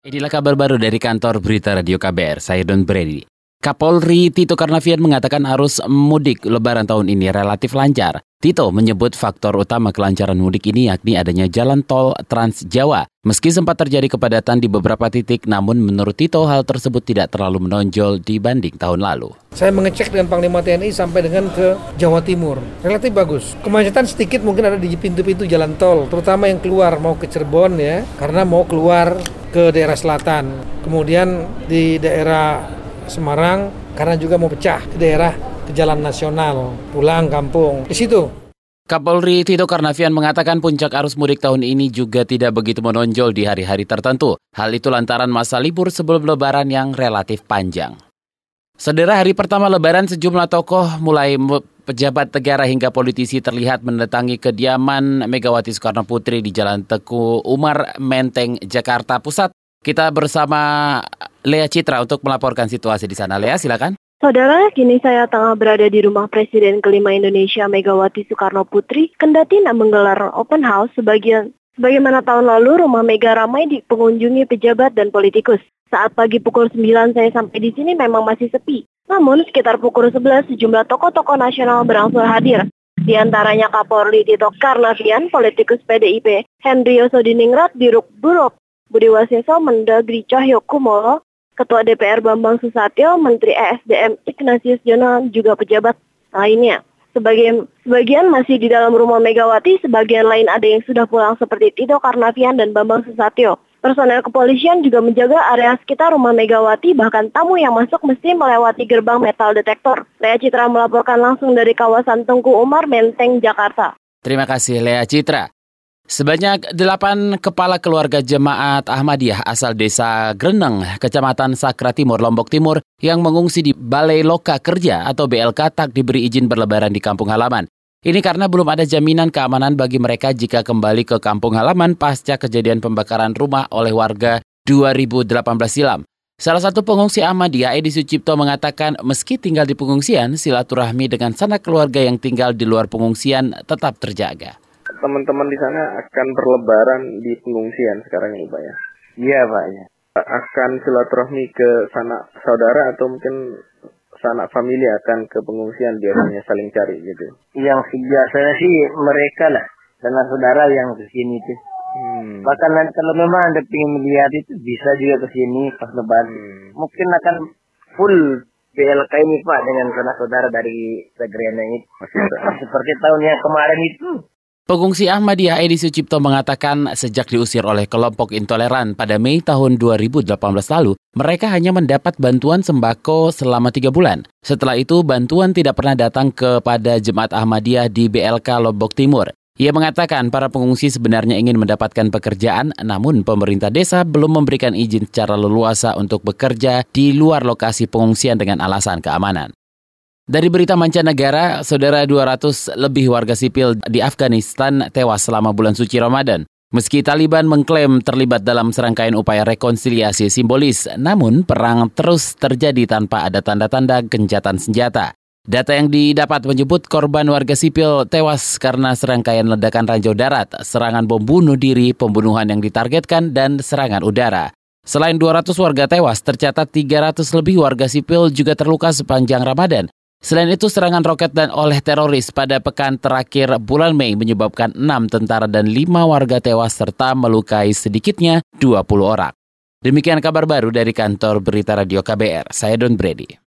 Inilah kabar baru dari kantor berita Radio KBR, saya Don Brady. Kapolri Tito Karnavian mengatakan arus mudik Lebaran tahun ini relatif lancar. Tito menyebut faktor utama kelancaran mudik ini yakni adanya jalan tol Trans Jawa. Meski sempat terjadi kepadatan di beberapa titik, namun menurut Tito hal tersebut tidak terlalu menonjol dibanding tahun lalu. Saya mengecek dengan Panglima TNI sampai dengan ke Jawa Timur. Relatif bagus. Kemacetan sedikit mungkin ada di pintu-pintu jalan tol, terutama yang keluar mau ke Cirebon ya, karena mau keluar ke daerah selatan. Kemudian di daerah Semarang karena juga mau pecah ke daerah ke jalan nasional, pulang kampung. Di situ. Kapolri Tito Karnavian mengatakan puncak arus mudik tahun ini juga tidak begitu menonjol di hari-hari tertentu. Hal itu lantaran masa libur sebelum Lebaran yang relatif panjang. Saudara, hari pertama Lebaran sejumlah tokoh mulai pejabat negara hingga politisi terlihat mendatangi kediaman Megawati Soekarno Putri di Jalan Teguh Umar, Menteng, Jakarta Pusat. Kita bersama Lea Citra untuk melaporkan situasi di sana. Lea, silakan. Saudara, kini saya tengah berada di rumah Presiden kelima Indonesia Megawati Soekarno Putri, kendati tak menggelar open house sebagaimana tahun lalu, rumah Mega ramai dipengunjungi pejabat dan politikus. Saat pagi pukul 9 saya sampai di sini memang masih sepi. Namun sekitar pukul 11 sejumlah tokoh-tokoh nasional berangsur hadir. Di antaranya Kapolri Tito Karnavian, politikus PDIP Henry Yosodiningrat, Dirut Bulog Budi Waseso, Mendagri Cahyokumolo, Ketua DPR Bambang Susatyo, Menteri ESDM Ignatius Jonan, juga pejabat lainnya. Sebagian masih di dalam rumah Megawati, sebagian lain ada yang sudah pulang seperti Tito Karnavian dan Bambang Susatyo. Personel kepolisian juga menjaga area sekitar rumah Megawati, bahkan tamu yang masuk mesti melewati gerbang metal detektor. Lea Citra melaporkan langsung dari kawasan Teguh Umar, Menteng, Jakarta. Terima kasih Lea Citra. Sebanyak 8 kepala keluarga jemaat Ahmadiyah asal desa Greneng, Kecamatan Sakra Timur, Lombok Timur, yang mengungsi di Balai Loka Kerja atau BLK tak diberi izin berlebaran di kampung halaman. Ini karena belum ada jaminan keamanan bagi mereka jika kembali ke kampung halaman pasca kejadian pembakaran rumah oleh warga 2018 silam. Salah satu pengungsi Ahmadiyah, Edi Sucipto, mengatakan meski tinggal di pengungsian, silaturahmi dengan sanak keluarga yang tinggal di luar pengungsian tetap terjaga. Teman-teman di sana akan berlebaran di pengungsian sekarang ini, Pak ya? Iya, Pak ya. Akan silaturahmi ke sanak saudara atau mungkin sanak famili akan ke pengungsian, biasanya saling cari gitu. Yang biasanya sih mereka lah, sanak saudara yang ke sini tuh. Bahkan nanti kalau memang Anda ingin melihat itu bisa juga ke sini pas lebaran. Mungkin akan full BLK ini, Pak, dengan sanak saudara dari Sagrena ini. Seperti tahun yang kemarin itu. Pengungsi Ahmadiyah Edi Sucipto mengatakan sejak diusir oleh kelompok intoleran pada Mei tahun 2018 lalu, mereka hanya mendapat bantuan sembako selama 3 bulan. Setelah itu, bantuan tidak pernah datang kepada jemaat Ahmadiyah di BLK Lombok Timur. Ia mengatakan para pengungsi sebenarnya ingin mendapatkan pekerjaan, namun pemerintah desa belum memberikan izin secara leluasa untuk bekerja di luar lokasi pengungsian dengan alasan keamanan. Dari berita mancanegara, saudara, 200 lebih warga sipil di Afghanistan tewas selama bulan suci Ramadan. Meski Taliban mengklaim terlibat dalam serangkaian upaya rekonsiliasi simbolis, namun perang terus terjadi tanpa ada tanda-tanda gencatan senjata. Data yang didapat menyebut korban warga sipil tewas karena serangkaian ledakan ranjau darat, serangan bom bunuh diri, pembunuhan yang ditargetkan, dan serangan udara. Selain 200 warga tewas, tercatat 300 lebih warga sipil juga terluka sepanjang Ramadan. Selain itu, serangan roket dan oleh teroris pada pekan terakhir bulan Mei menyebabkan 6 tentara dan 5 warga tewas serta melukai sedikitnya 20 orang. Demikian kabar baru dari kantor berita Radio KBR. Saya Don Brady.